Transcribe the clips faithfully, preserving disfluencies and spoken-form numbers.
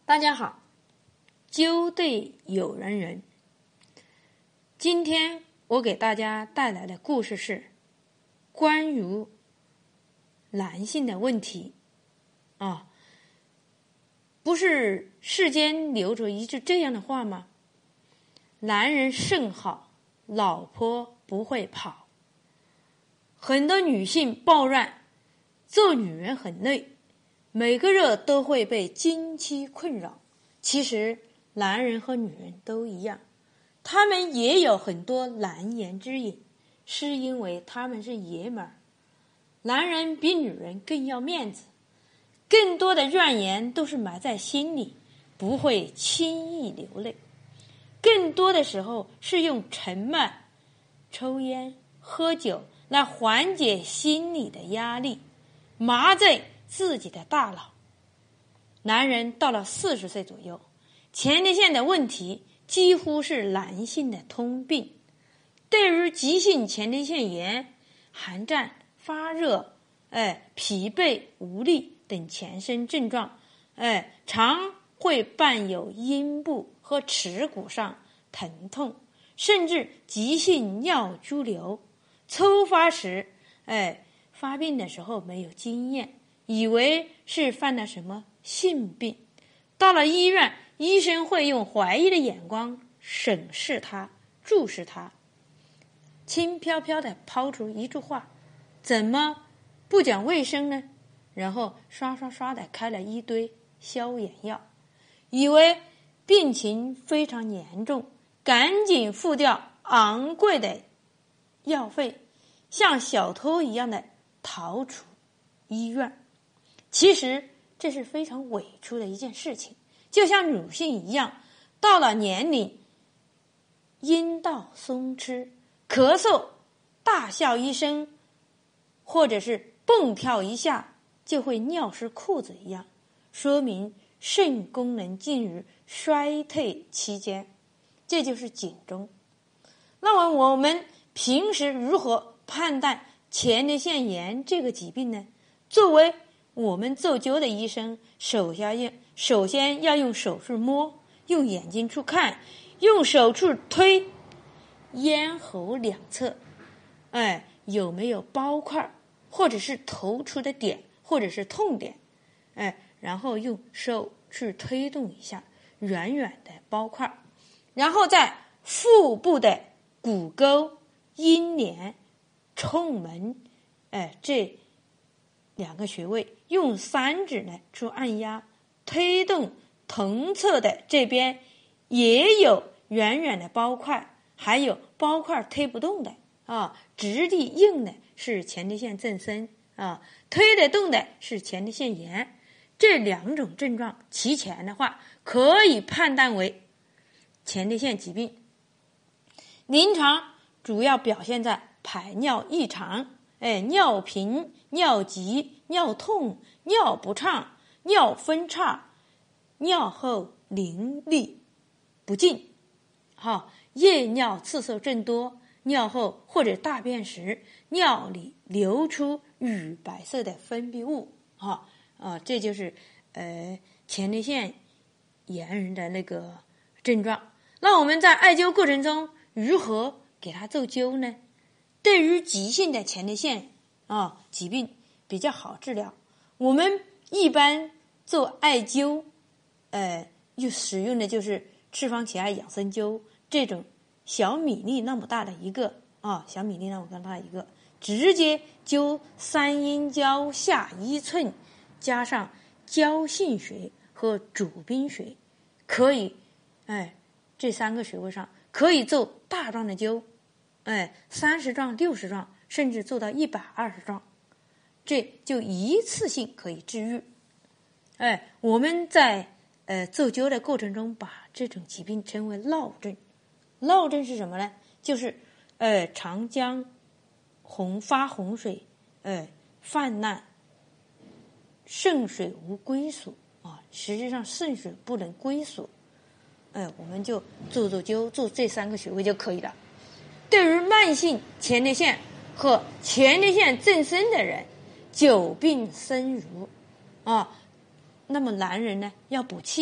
大家好，灸对有缘人。今天我给大家带来的故事是关于男性的问题啊。不是世间流着一句这样的话吗？男人甚好，老婆不会跑。很多女性抱怨做女人很累，每个月都会被经期困扰。其实男人和女人都一样，他们也有很多难言之隐，是因为他们是爷们儿。男人比女人更要面子，更多的怨言都是埋在心里，不会轻易流泪。更多的时候是用沉默、抽烟、喝酒来缓解心理的压力，麻醉自己的大脑。男人到了四十岁左右，前列腺的问题几乎是男性的通病。对于急性前列腺炎、寒战、发热、哎、疲惫无力等全身症状，哎，常会伴有阴部和耻骨上疼痛，甚至急性尿潴留。抽发时，哎，发病的时候没有经验，以为是犯了什么性病，到了医院，医生会用怀疑的眼光审视他，注视他，轻飘飘地抛出一句话：怎么不讲卫生呢？然后刷刷刷地开了一堆消炎药，以为病情非常严重，赶紧付掉昂贵的药费，像小偷一样的逃出医院。其实这是非常委屈的一件事情，就像女性一样，到了年龄，阴道松弛，咳嗽大笑一声，或者是蹦跳一下就会尿湿裤子一样，说明肾功能进入衰退期间，这就是警钟。那么我们平时如何判断前列腺炎这个疾病呢？作为我们做灸的医生，首先要首先要用手去摸，用眼睛去看，用手去推咽喉两侧，哎，有没有包块，或者是突出的点，或者是痛点，哎，然后用手去推动一下圆圆的包块，然后在腹部的骨沟、阴连、冲门，哎，这两个穴位用三指呢去按压，推动同侧的这边也有圆圆的包块，还有包块推不动的啊，直地硬的是前列腺增生啊，推得动的是前列腺炎。这两种症状齐全的话，可以判断为前列腺疾病。临床主要表现在排尿异常，哎，尿频、尿急、尿痛、尿不畅、尿分叉、尿后淋漓不尽，好，夜尿次数增多，尿后或者大便时，尿里流出乳白色的分泌物，啊啊，这就是呃前列腺炎人的那个症状。那我们在艾灸过程中如何给他做灸呢？对于急性的前列腺啊疾病比较好治疗，我们一般做艾灸，呃，又使用的就是赤方奇艾养生灸这种小米粒那么大的一个啊，小米粒那么大一个，直接灸三阴交下一寸，加上交性穴和主宾穴，可以，哎，这三个穴位上可以做大壮的灸，哎，三十壮、六十壮，甚至做到一百二十壮，这就一次性可以治愈。哎，我们在呃做灸的过程中，把这种疾病称为落症。落症是什么呢？就是呃长江洪发洪水，呃泛滥，肾水无归属啊，实际上肾水不能归属，呃我们就做做灸，做这三个穴位就可以了。对于慢性前列腺和前列腺增生的人，久病生如啊，那么男人呢要补气，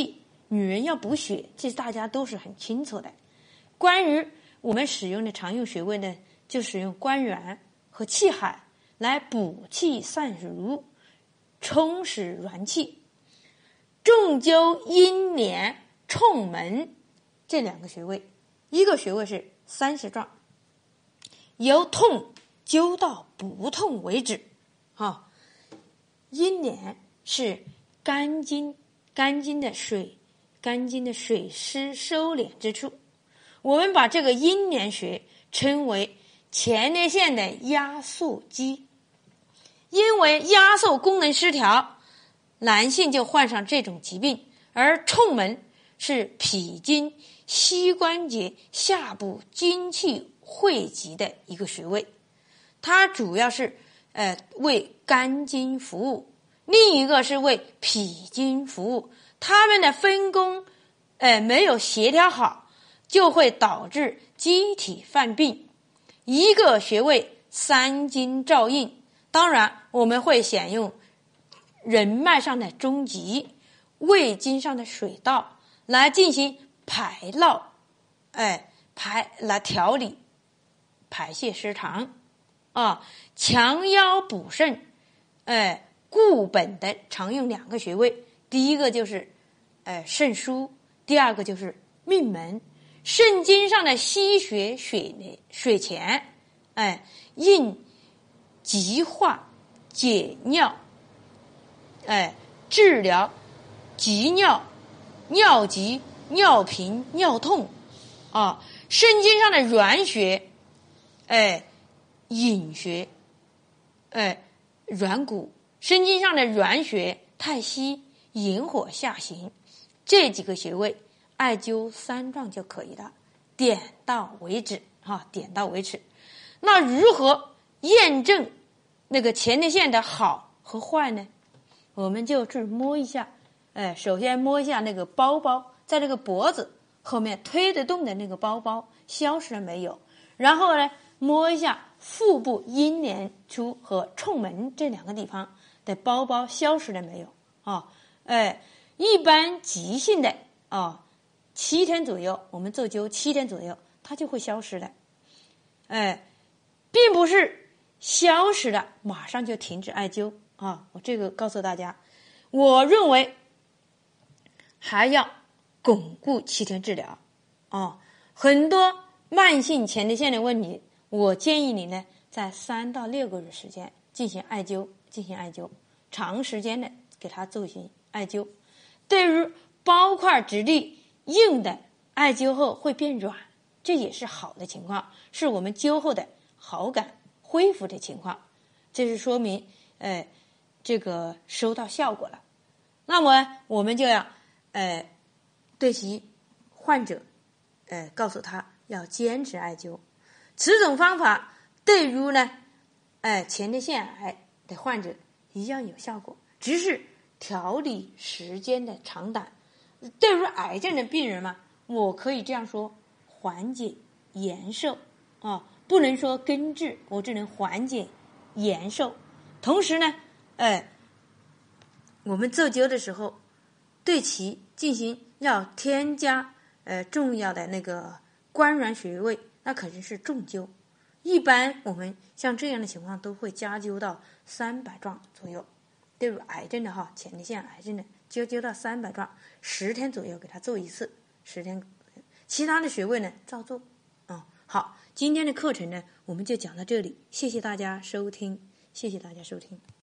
女人要补血，这大家都是很清楚的。关于我们使用的常用穴位呢，就使用关元和气海来补气散濡，充实元气。重灸阴廉、冲门这两个穴位，一个穴位是三十状，由痛灸到不痛为止。哈，阴廉是肝经，肝经的水，肝经的水湿收敛之处。我们把这个阴廉穴称为前列腺的压缩肌，因为压缩功能失调，男性就患上这种疾病。而冲门是脾经膝关节下部精气汇集的一个穴位，它主要是呃为肝经服务，另一个是为脾经服务，它们的分工呃没有协调好，就会导致机体犯病。一个穴位三经照应，当然我们会选用人脉上的中极、胃经上的水道来进行排涝，哎，排来调理排泄失常啊，强腰补肾，哎，固本的常用两个穴位，第一个就是哎肾腧，第二个就是命门。肾经上的溪穴水水泉，哎，应急化解尿，哎，治疗急尿、尿急、尿频、尿痛啊。肾经上的原穴，哎，隐穴，哎，软骨。肾经上的原穴太溪，引火下行，这几个穴位艾灸三壮就可以了，点到为止哈，点到为止。那如何验证那个前列腺的好和坏呢？我们就去摸一下，哎，首先摸一下那个包包，在这个脖子后面推得动的那个包包消失了没有？然后呢，摸一下腹部阴廉处和冲门这两个地方的包包消失了没有？啊，哎，一般急性的啊，七天左右，我们做灸七天左右，它就会消失的。哎，并不是消失了马上就停止艾灸啊！我这个告诉大家，我认为还要巩固七天治疗啊。很多慢性前列腺的问题，我建议你呢，在三到六个月时间进行艾灸，进行艾灸，长时间的给它进行艾灸。对于包块质地硬的，艾灸后会变软，这也是好的情况，是我们灸后的好感恢复的情况，这是说明呃这个收到效果了。那么我们就要呃对其患者呃告诉他要坚持艾灸。此种方法对于呢呃前列腺癌的患者一样有效果，只是调理时间的长短。对于癌症的病人嘛，我可以这样说，缓解延寿啊，不能说根治，我只能缓解延寿。同时呢，哎，我们做灸的时候，对其进行要添加呃重要的那个关元穴位，那肯定是重灸。一般我们像这样的情况都会加灸到三百壮左右。对于癌症的哈，前列腺癌症的，灸灸到三百壮，十天左右给他做一次，十天。其他的穴位呢，照做。嗯，好，今天的课程呢，我们就讲到这里，谢谢大家收听，谢谢大家收听。